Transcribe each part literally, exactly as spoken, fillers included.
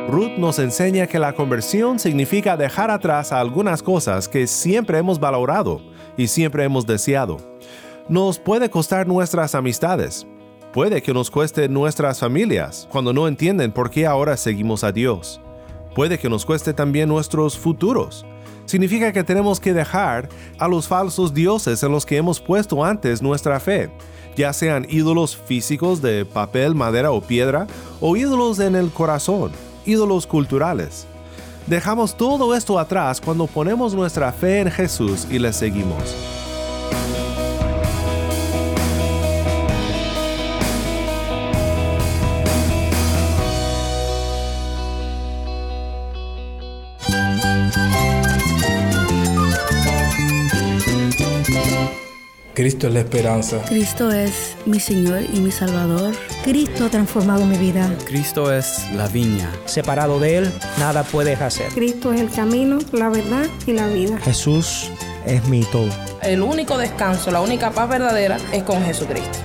Ruth nos enseña que la conversión significa dejar atrás a algunas cosas que siempre hemos valorado y siempre hemos deseado. Nos puede costar nuestras amistades. Puede que nos cueste nuestras familias cuando no entienden por qué ahora seguimos a Dios. Puede que nos cueste también nuestros futuros. Significa que tenemos que dejar a los falsos dioses en los que hemos puesto antes nuestra fe, ya sean ídolos físicos de papel, madera o piedra, o ídolos en el corazón, ídolos culturales. Dejamos todo esto atrás cuando ponemos nuestra fe en Jesús y le seguimos. Cristo es la esperanza. Cristo es mi Señor y mi Salvador. Cristo ha transformado mi vida. Cristo es la viña. Separado de Él, nada puedes hacer. Cristo es el camino, la verdad y la vida. Jesús es mi todo. El único descanso, la única paz verdadera es con Jesucristo.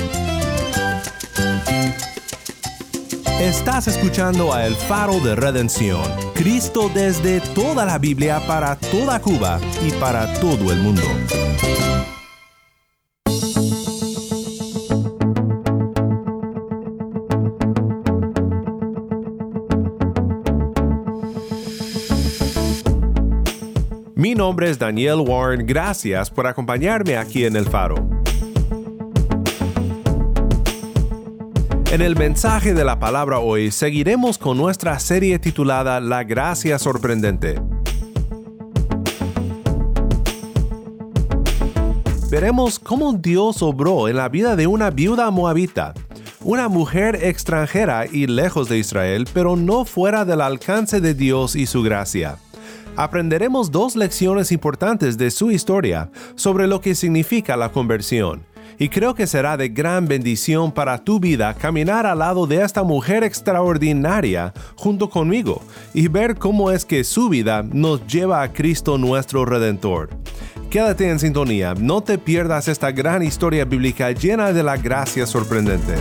Estás escuchando a El Faro de Redención. Cristo desde toda la Biblia para toda Cuba y para todo el mundo. Mi nombre es Daniel Warren. Gracias por acompañarme aquí en El Faro. En el mensaje de la palabra hoy seguiremos con nuestra serie titulada La Gracia Sorprendente. Veremos cómo Dios obró en la vida de una viuda moabita, una mujer extranjera y lejos de Israel, pero no fuera del alcance de Dios y su gracia. Aprenderemos dos lecciones importantes de su historia sobre lo que significa la conversión, y creo que será de gran bendición para tu vida caminar al lado de esta mujer extraordinaria junto conmigo y ver cómo es que su vida nos lleva a Cristo nuestro Redentor. Quédate en sintonía, no te pierdas esta gran historia bíblica llena de la gracia sorprendente.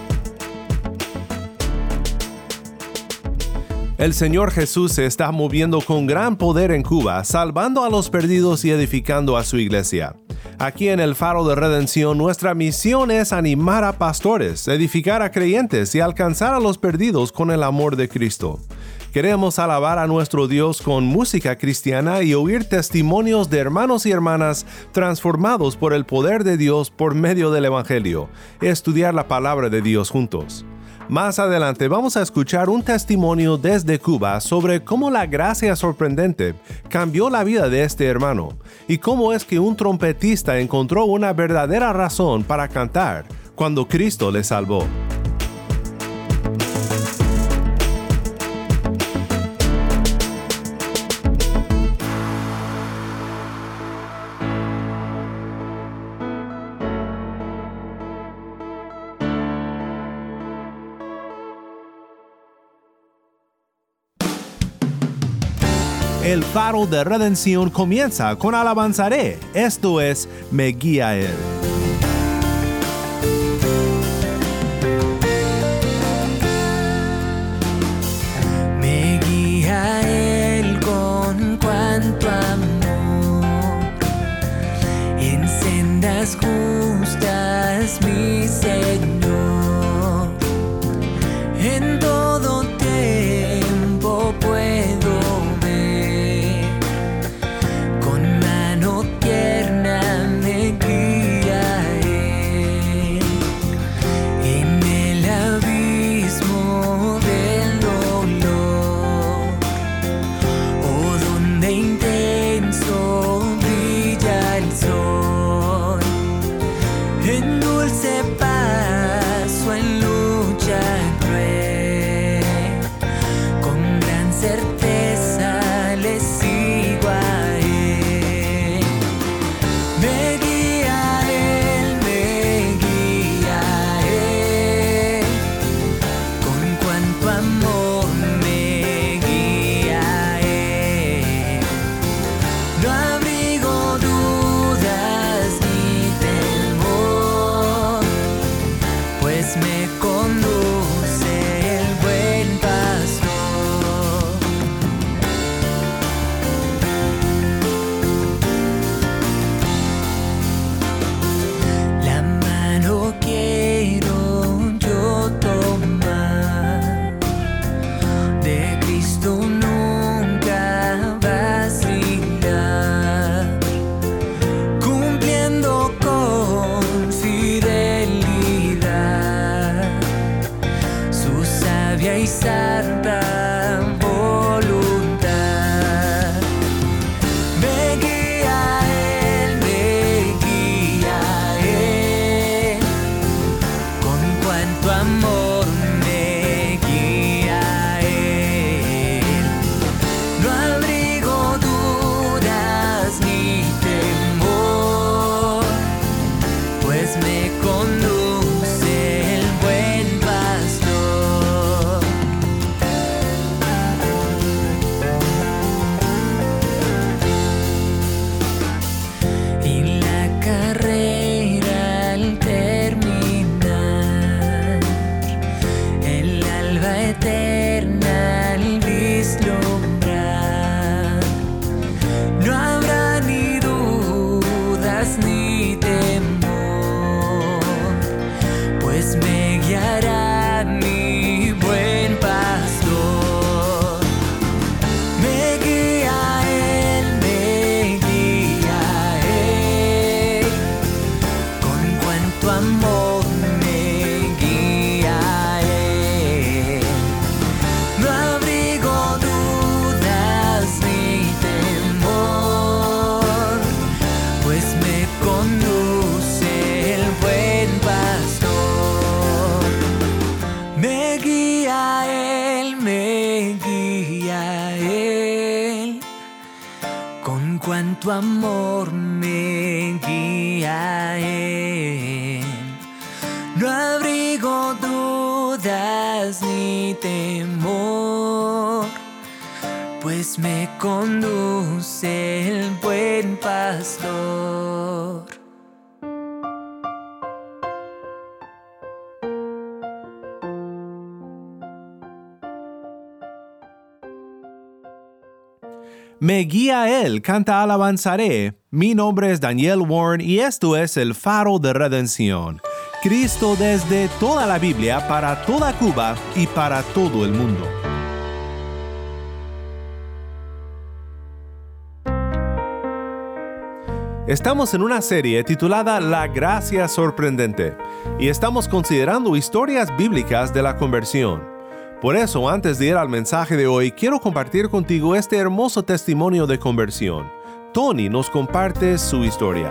El Señor Jesús se está moviendo con gran poder en Cuba, salvando a los perdidos y edificando a su iglesia. Aquí en El Faro de Redención, nuestra misión es animar a pastores, edificar a creyentes y alcanzar a los perdidos con el amor de Cristo. Queremos alabar a nuestro Dios con música cristiana y oír testimonios de hermanos y hermanas transformados por el poder de Dios por medio del Evangelio, y estudiar la palabra de Dios juntos. Más adelante vamos a escuchar un testimonio desde Cuba sobre cómo la gracia sorprendente cambió la vida de este hermano y cómo es que un trompetista encontró una verdadera razón para cantar cuando Cristo le salvó. El Faro de Redención comienza con Alabanzaré. Esto es Me Guía Él. Me guía Él con cuanto amor, en sendas justas, mi Señor. En todo tiempo puedo tierna me guía sabia y santa voluntad. Me guía Él, me guía Él, con cuánto amor me guía Él. No abrigo dudas ni temor, pues me conduce el buen pastor. Y la carrera al terminar, el alba eterna al vislumbrar, no habrá ni dudas ni temor, pues me guiará mi buen pastor. Me guía Él, me guía Él, con cuánto amor me guía Él. No abrigo dudas ni temor, pues me conduce el buen pastor. Me guía Él, me guía Él, con cuánto amor me guía Él. No abrigo dudas ni temor, pues me conduce el buen pastor. Me guía Él, canta alabanzaré. Mi nombre es Daniel Warren y esto es el Faro de Redención. Cristo desde toda la Biblia, para toda Cuba y para todo el mundo. Estamos en una serie titulada La Gracia Sorprendente y estamos considerando historias bíblicas de la conversión. Por eso, antes de ir al mensaje de hoy, quiero compartir contigo este hermoso testimonio de conversión. Tony nos comparte su historia.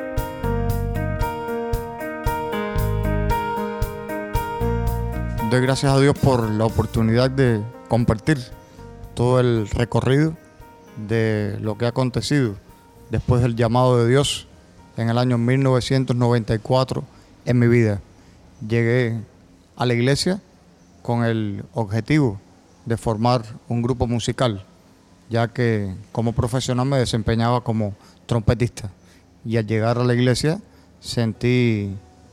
Doy gracias a Dios por la oportunidad de compartir todo el recorrido de lo que ha acontecido después del llamado de Dios en el año mil novecientos noventa y cuatro en mi vida. Llegué a la iglesia con el objetivo de formar un grupo musical, ya que como profesional me desempeñaba como trompetista. Y al llegar a la iglesia sentí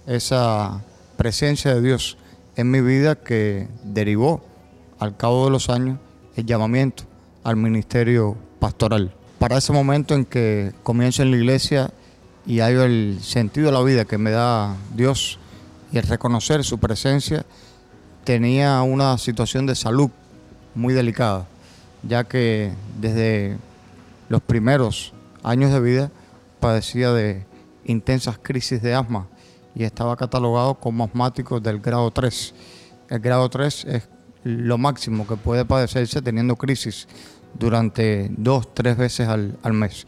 esa presencia de Dios en mi vida que derivó al cabo de los años el llamamiento al ministerio pastoral. Para ese momento en que comienzo en la iglesia y hay el sentido de la vida que me da Dios y el reconocer su presencia, tenía una situación de salud muy delicada, ya que desde los primeros años de vida padecía de intensas crisis de asma y estaba catalogado como asmático del grado tres. El grado tres es lo máximo que puede padecerse teniendo crisis durante dos, tres veces al, al mes.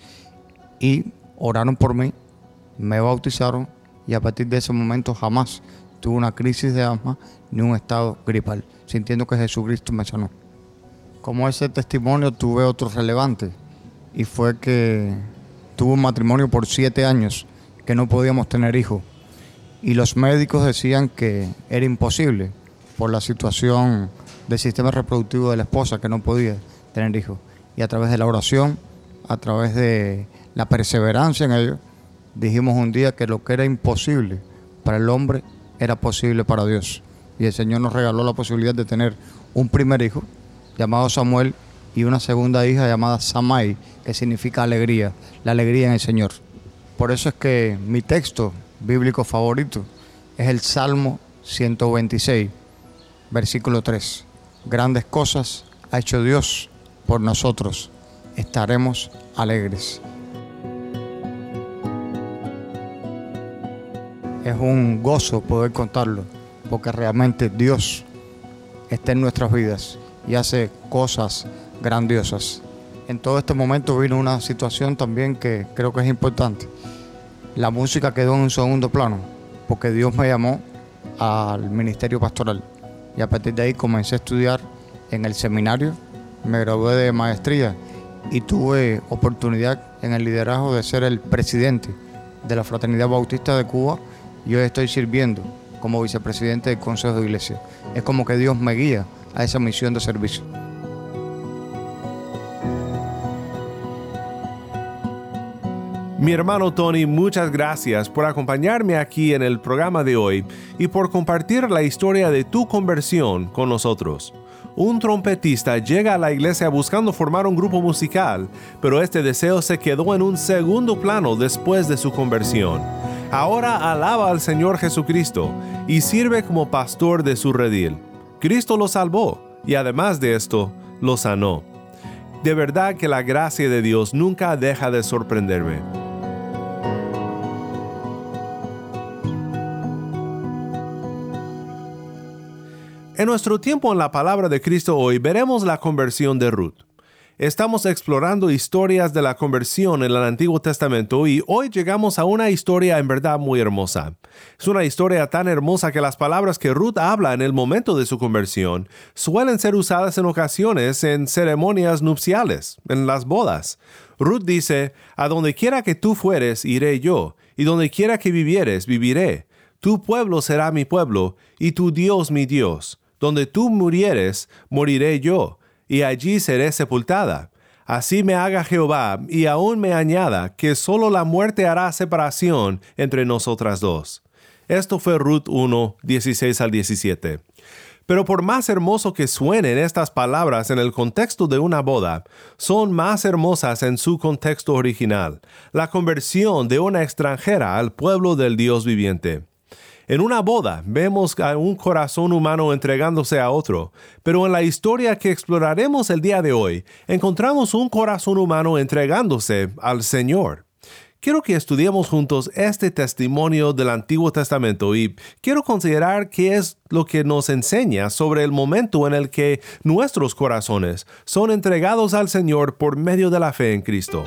Y oraron por mí, me bautizaron y a partir de ese momento jamás tuve una crisis de asma ni un estado gripal, sintiendo que Jesucristo me sanó. Como ese testimonio tuve otro relevante y fue que tuve un matrimonio por siete años que no podíamos tener hijos y los médicos decían que era imposible por la situación del sistema reproductivo de la esposa, que no podía tener hijos. Y a través de la oración, a través de la perseverancia en ello, dijimos un día que lo que era imposible para el hombre era posible para Dios. Y el Señor nos regaló la posibilidad de tener un primer hijo llamado Samuel y una segunda hija llamada Samai, que significa alegría, la alegría en el Señor. Por eso es que mi texto bíblico favorito es el Salmo ciento veintiséis, versículo tres. Grandes cosas ha hecho Dios por nosotros, estaremos alegres. Es un gozo poder contarlo, porque realmente Dios está en nuestras vidas y hace cosas grandiosas. En todo este momento vino una situación también que creo que es importante. La música quedó en un segundo plano porque Dios me llamó al ministerio pastoral y a partir de ahí comencé a estudiar en el seminario, me gradué de maestría y tuve oportunidad en el liderazgo de ser el presidente de la Fraternidad Bautista de Cuba y hoy estoy sirviendo como vicepresidente del Consejo de Iglesia. Es como que Dios me guía a esa misión de servicio. Mi hermano Tony, muchas gracias por acompañarme aquí en el programa de hoy y por compartir la historia de tu conversión con nosotros. Un trompetista llega a la iglesia buscando formar un grupo musical, pero este deseo se quedó en un segundo plano después de su conversión. Ahora alaba al Señor Jesucristo y sirve como pastor de su redil. Cristo lo salvó y además de esto, lo sanó. De verdad que la gracia de Dios nunca deja de sorprenderme. En nuestro tiempo en la palabra de Cristo hoy veremos la conversión de Ruth. Estamos explorando historias de la conversión en el Antiguo Testamento y hoy llegamos a una historia en verdad muy hermosa. Es una historia tan hermosa que las palabras que Ruth habla en el momento de su conversión suelen ser usadas en ocasiones en ceremonias nupciales, en las bodas. Ruth dice, «A donde quiera que tú fueres, iré yo, y donde quiera que vivieres, viviré. Tu pueblo será mi pueblo, y tu Dios mi Dios. Donde tú murieres, moriré yo, y allí seré sepultada. Así me haga Jehová, y aún me añada, que solo la muerte hará separación entre nosotras dos». Esto fue Ruth uno, dieciséis al diecisiete. Pero por más hermoso que suenen estas palabras en el contexto de una boda, son más hermosas en su contexto original, la conversión de una extranjera al pueblo del Dios viviente. En una boda vemos a un corazón humano entregándose a otro, pero en la historia que exploraremos el día de hoy, encontramos un corazón humano entregándose al Señor. Quiero que estudiemos juntos este testimonio del Antiguo Testamento y quiero considerar qué es lo que nos enseña sobre el momento en el que nuestros corazones son entregados al Señor por medio de la fe en Cristo.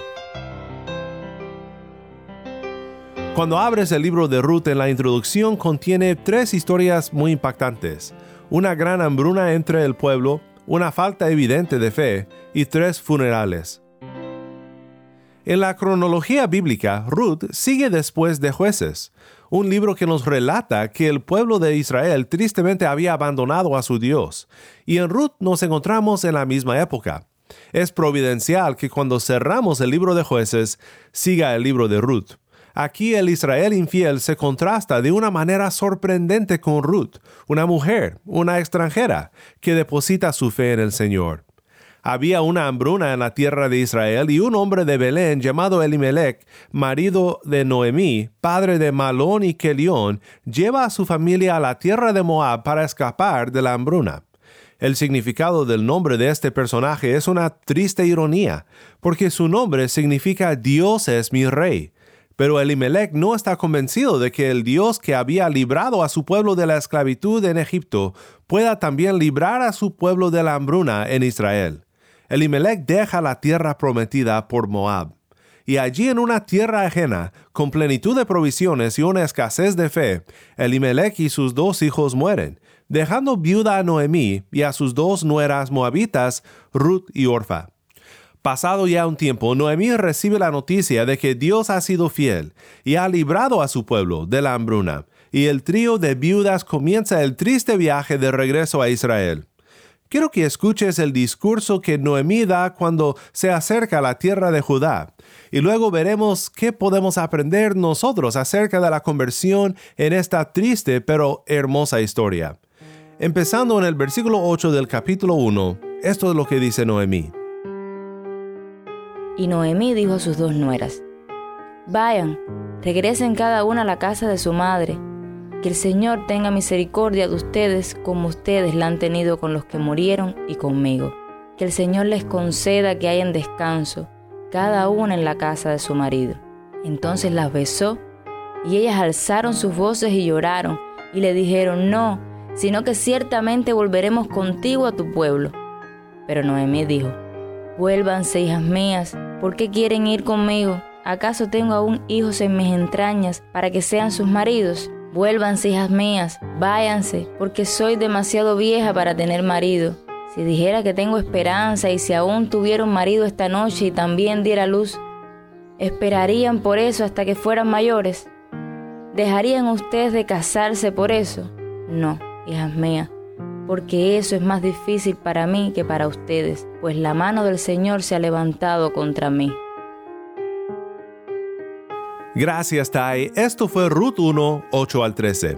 Cuando abres el libro de Ruth, en la introducción contiene tres historias muy impactantes: una gran hambruna entre el pueblo, una falta evidente de fe y tres funerales. En la cronología bíblica, Ruth sigue después de Jueces, un libro que nos relata que el pueblo de Israel tristemente había abandonado a su Dios, y en Ruth nos encontramos en la misma época. Es providencial que cuando cerramos el libro de Jueces, siga el libro de Ruth. Aquí el Israel infiel se contrasta de una manera sorprendente con Ruth, una mujer, una extranjera, que deposita su fe en el Señor. Había una hambruna en la tierra de Israel y un hombre de Belén llamado Elimelech, marido de Noemí, padre de Malón y Kelión, lleva a su familia a la tierra de Moab para escapar de la hambruna. El significado del nombre de este personaje es una triste ironía, porque su nombre significa Dios es mi rey. Pero Elimelech no está convencido de que el Dios que había librado a su pueblo de la esclavitud en Egipto pueda también librar a su pueblo de la hambruna en Israel. Elimelech deja la tierra prometida por Moab. Y allí en una tierra ajena, con plenitud de provisiones y una escasez de fe, Elimelech y sus dos hijos mueren, dejando viuda a Noemí y a sus dos nueras moabitas, Ruth y Orfa. Pasado ya un tiempo, Noemí recibe la noticia de que Dios ha sido fiel y ha librado a su pueblo de la hambruna, y el trío de viudas comienza el triste viaje de regreso a Israel. Quiero que escuches el discurso que Noemí da cuando se acerca a la tierra de Judá, y luego veremos qué podemos aprender nosotros acerca de la conversión en esta triste pero hermosa historia. Empezando en el versículo ocho del capítulo uno, esto es lo que dice Noemí. Y Noemí dijo a sus dos nueras: Vayan, regresen cada una a la casa de su madre. Que el Señor tenga misericordia de ustedes como ustedes la han tenido con los que murieron y conmigo. Que el Señor les conceda que hayan descanso, cada una en la casa de su marido. Entonces las besó, y ellas alzaron sus voces y lloraron, y le dijeron: No, sino que ciertamente volveremos contigo a tu pueblo. Pero Noemí dijo: vuélvanse, hijas mías, ¿por qué quieren ir conmigo? ¿Acaso tengo aún hijos en mis entrañas para que sean sus maridos? Vuélvanse, hijas mías, váyanse, porque soy demasiado vieja para tener marido. Si dijera que tengo esperanza y si aún tuviera un marido esta noche y también diera luz, ¿esperarían por eso hasta que fueran mayores? ¿Dejarían ustedes de casarse por eso? No, hijas mías, porque eso es más difícil para mí que para ustedes, pues la mano del Señor se ha levantado contra mí. Gracias, Tai. Esto fue Ruth uno, ocho al trece.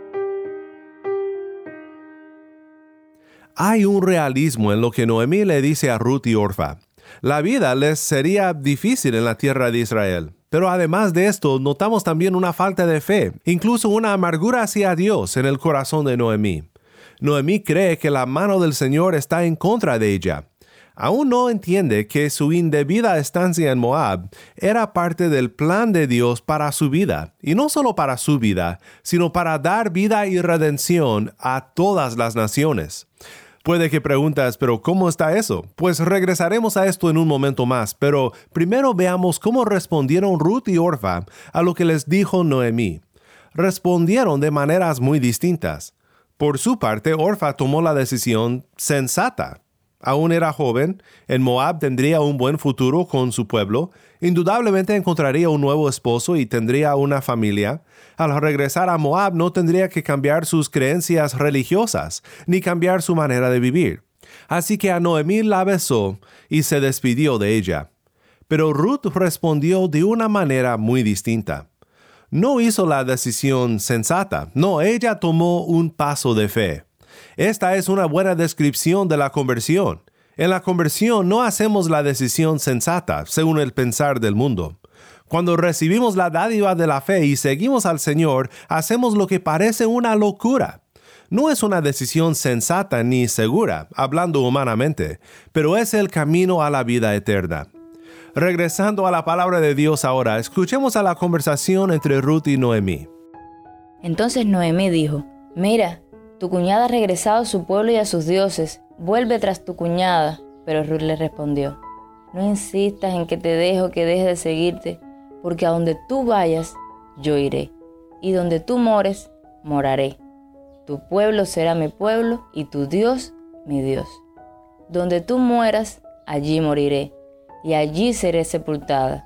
Hay un realismo en lo que Noemí le dice a Ruth y Orfa. La vida les sería difícil en la tierra de Israel. Pero además de esto, notamos también una falta de fe, incluso una amargura hacia Dios en el corazón de Noemí. Noemí cree que la mano del Señor está en contra de ella. Aún no entiende que su indebida estancia en Moab era parte del plan de Dios para su vida, y no solo para su vida, sino para dar vida y redención a todas las naciones. Puede que preguntas, ¿pero cómo está eso? Pues regresaremos a esto en un momento más, pero primero veamos cómo respondieron Ruth y Orfa a lo que les dijo Noemí. Respondieron de maneras muy distintas. Por su parte, Orfa tomó la decisión sensata. Aún era joven, en Moab tendría un buen futuro con su pueblo, indudablemente encontraría un nuevo esposo y tendría una familia. Al regresar a Moab no tendría que cambiar sus creencias religiosas, ni cambiar su manera de vivir. Así que a Noemí la besó y se despidió de ella. Pero Ruth respondió de una manera muy distinta. No hizo la decisión sensata, no, ella tomó un paso de fe. Esta es una buena descripción de la conversión. En la conversión no hacemos la decisión sensata, según el pensar del mundo. Cuando recibimos la dádiva de la fe y seguimos al Señor, hacemos lo que parece una locura. No es una decisión sensata ni segura, hablando humanamente, pero es el camino a la vida eterna. Regresando a la palabra de Dios ahora, escuchemos a la conversación entre Ruth y Noemí. Entonces Noemí dijo: mira, tu cuñada ha regresado a su pueblo y a sus dioses. Vuelve tras tu cuñada. Pero Ruth le respondió: no insistas en que te dejo que deje de seguirte, porque a donde tú vayas, yo iré, y donde tú mores, moraré. Tu pueblo será mi pueblo, y tu Dios, mi Dios. Donde tú mueras, allí moriré, y allí seré sepultada.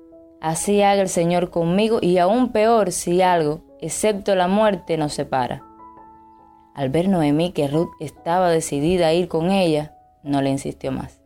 Así haga el Señor conmigo, y aún peor si algo, excepto la muerte, nos separa. Al ver Noemí que Ruth estaba decidida a ir con ella, no le insistió más.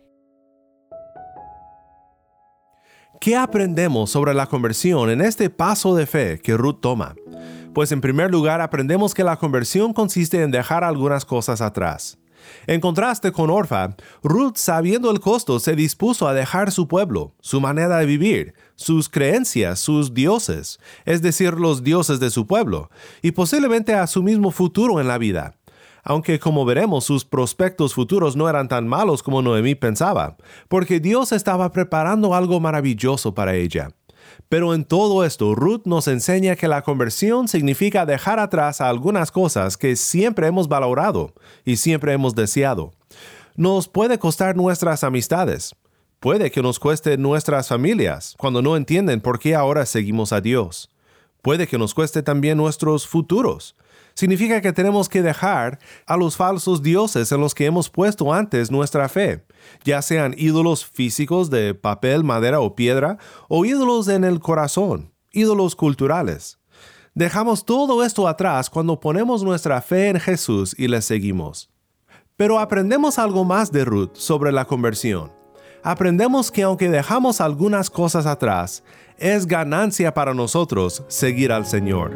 ¿Qué aprendemos sobre la conversión en este paso de fe que Ruth toma? Pues en primer lugar aprendemos que la conversión consiste en dejar algunas cosas atrás. En contraste con Orfa, Ruth, sabiendo el costo, se dispuso a dejar su pueblo, su manera de vivir, sus creencias, sus dioses, es decir, los dioses de su pueblo, y posiblemente a su mismo futuro en la vida. Aunque, como veremos, sus prospectos futuros no eran tan malos como Noemí pensaba, porque Dios estaba preparando algo maravilloso para ella. Pero en todo esto, Ruth nos enseña que la conversión significa dejar atrás algunas cosas que siempre hemos valorado y siempre hemos deseado. Nos puede costar nuestras amistades. Puede que nos cueste nuestras familias cuando no entienden por qué ahora seguimos a Dios. Puede que nos cueste también nuestros futuros. Significa que tenemos que dejar a los falsos dioses en los que hemos puesto antes nuestra fe, ya sean ídolos físicos de papel, madera o piedra, o ídolos en el corazón, ídolos culturales. Dejamos todo esto atrás cuando ponemos nuestra fe en Jesús y le seguimos. Pero aprendemos algo más de Ruth sobre la conversión. Aprendemos que aunque dejamos algunas cosas atrás, es ganancia para nosotros seguir al Señor.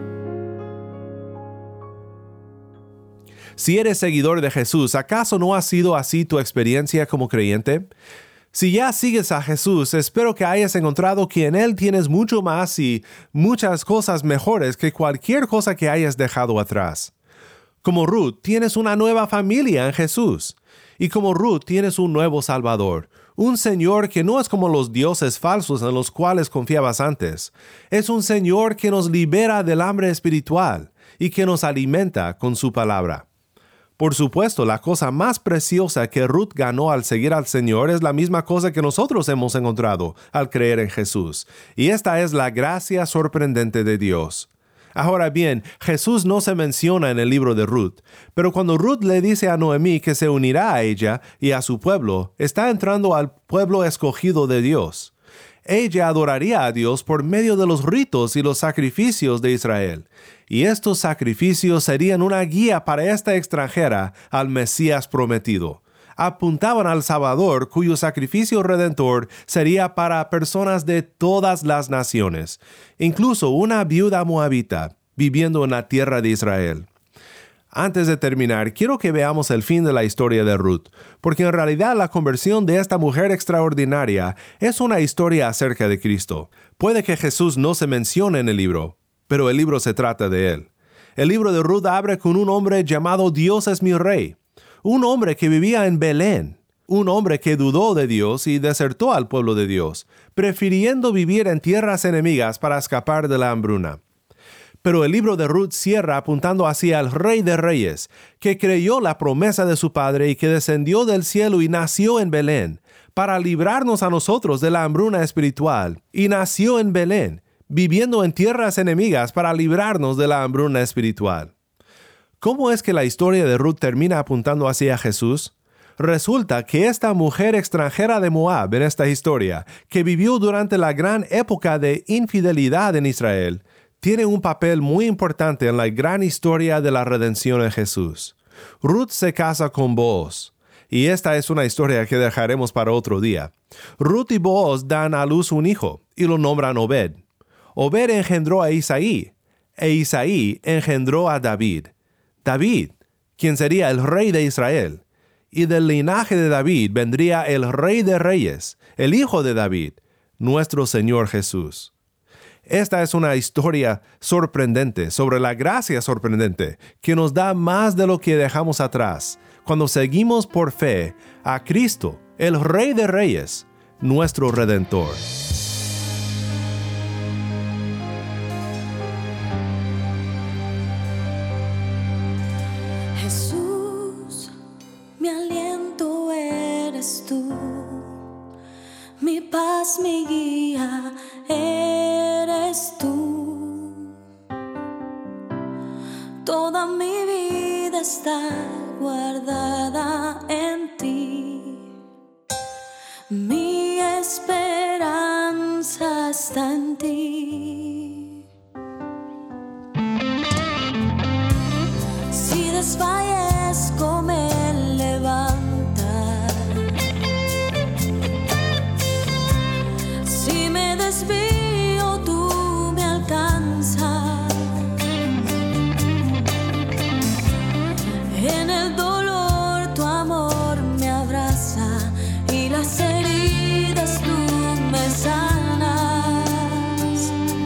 Si eres seguidor de Jesús, ¿acaso no ha sido así tu experiencia como creyente? Si ya sigues a Jesús, espero que hayas encontrado que en Él tienes mucho más y muchas cosas mejores que cualquier cosa que hayas dejado atrás. Como Ruth, tienes una nueva familia en Jesús. Y como Ruth, tienes un nuevo Salvador, un Señor que no es como los dioses falsos en los cuales confiabas antes. Es un Señor que nos libera del hambre espiritual y que nos alimenta con su palabra. Por supuesto, la cosa más preciosa que Ruth ganó al seguir al Señor es la misma cosa que nosotros hemos encontrado al creer en Jesús, y esta es la gracia sorprendente de Dios. Ahora bien, Jesús no se menciona en el libro de Ruth, pero cuando Ruth le dice a Noemí que se unirá a ella y a su pueblo, está entrando al pueblo escogido de Dios. Ella adoraría a Dios por medio de los ritos y los sacrificios de Israel, y estos sacrificios serían una guía para esta extranjera al Mesías prometido. Apuntaban al Salvador, cuyo sacrificio redentor sería para personas de todas las naciones, incluso una viuda moabita viviendo en la tierra de Israel. Antes de terminar, quiero que veamos el fin de la historia de Ruth, porque en realidad la conversión de esta mujer extraordinaria es una historia acerca de Cristo. Puede que Jesús no se mencione en el libro, pero el libro se trata de él. El libro de Ruth abre con un hombre llamado Dios es mi rey, un hombre que vivía en Belén, un hombre que dudó de Dios y desertó al pueblo de Dios, prefiriendo vivir en tierras enemigas para escapar de la hambruna. Pero el libro de Ruth cierra apuntando hacia el Rey de Reyes, que creyó la promesa de su padre y que descendió del cielo y nació en Belén, para librarnos a nosotros de la hambruna espiritual, y nació en Belén, viviendo en tierras enemigas para librarnos de la hambruna espiritual. ¿Cómo es que la historia de Ruth termina apuntando hacia Jesús? Resulta que esta mujer extranjera de Moab en esta historia, que vivió durante la gran época de infidelidad en Israel, tiene un papel muy importante en la gran historia de la redención en Jesús. Ruth se casa con Booz, y esta es una historia que dejaremos para otro día. Ruth y Booz dan a luz un hijo, y lo nombran Obed. Obed engendró a Isaí, e Isaí engendró a David. David, quien sería el rey de Israel, y del linaje de David vendría el Rey de Reyes, el Hijo de David, nuestro Señor Jesús. Esta es una historia sorprendente sobre la gracia sorprendente que nos da más de lo que dejamos atrás cuando seguimos por fe a Cristo, el Rey de Reyes, nuestro Redentor. Jesús, mi aliento eres tú, mi paz, mi guía eres tú. Toda mi vida está guardada en ti. Mi esperanza está en ti. Si desfallezco me levantas. Si me desvío tú me alcanzas. En el dolor tu amor me abraza y las heridas tú me sanas.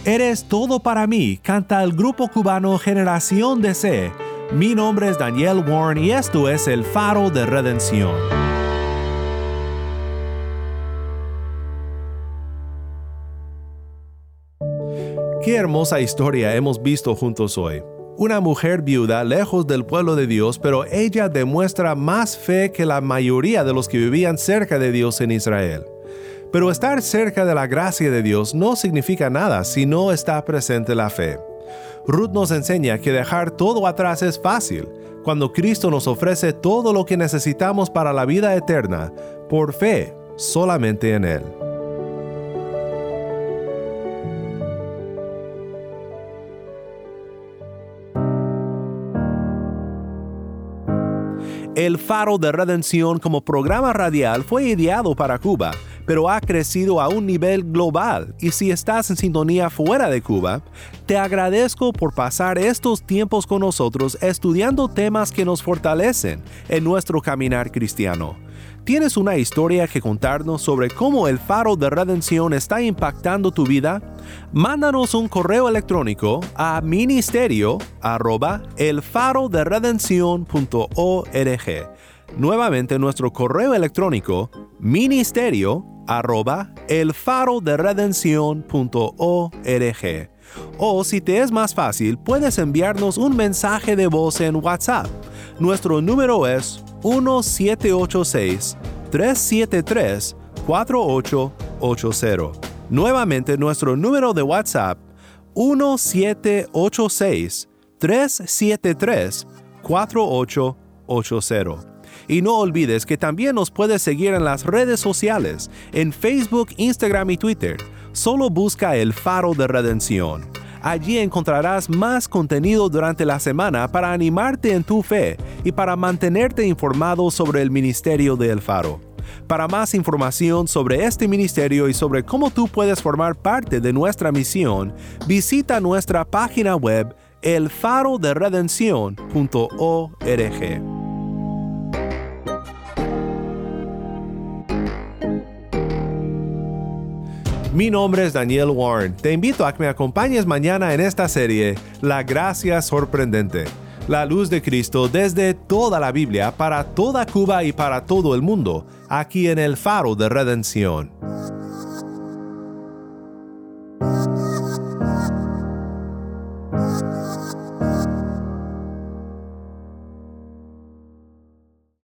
Eres todo para mí, canta el grupo cubano Generación D C. Mi nombre es Daniel Warren y esto es El Faro de Redención. Qué hermosa historia hemos visto juntos hoy. Una mujer viuda lejos del pueblo de Dios, pero ella demuestra más fe que la mayoría de los que vivían cerca de Dios en Israel. Pero estar cerca de la gracia de Dios no significa nada si no está presente la fe. Ruth nos enseña que dejar todo atrás es fácil, cuando Cristo nos ofrece todo lo que necesitamos para la vida eterna, por fe, solamente en Él. El Faro de Redención como programa radial fue ideado para Cuba, pero ha crecido a un nivel global y si estás en sintonía fuera de Cuba, te agradezco por pasar estos tiempos con nosotros estudiando temas que nos fortalecen en nuestro caminar cristiano. ¿Tienes una historia que contarnos sobre cómo el Faro de Redención está impactando tu vida? Mándanos un correo electrónico a ministerio arroba elfaroderedencion.org. Nuevamente nuestro correo electrónico ministerio arroba elfaroderedencion.org. O si te es más fácil, puedes enviarnos un mensaje de voz en WhatsApp. Nuestro número es uno siete ocho seis, tres siete tres, cuatro ocho ocho cero. Nuevamente nuestro número de WhatsApp uno siete ocho seis, tres siete tres, cuatro ocho ocho cero. Y no olvides que también nos puedes seguir en las redes sociales, en Facebook, Instagram y Twitter. Solo busca El Faro de Redención. Allí encontrarás más contenido durante la semana para animarte en tu fe y para mantenerte informado sobre el ministerio de El Faro. Para más información sobre este ministerio y sobre cómo tú puedes formar parte de nuestra misión, visita nuestra página web el faro de redención punto org. Mi nombre es Daniel Warren. Te invito a que me acompañes mañana en esta serie, La Gracia Sorprendente. La luz de Cristo desde toda la Biblia para toda Cuba y para todo el mundo, aquí en el Faro de Redención.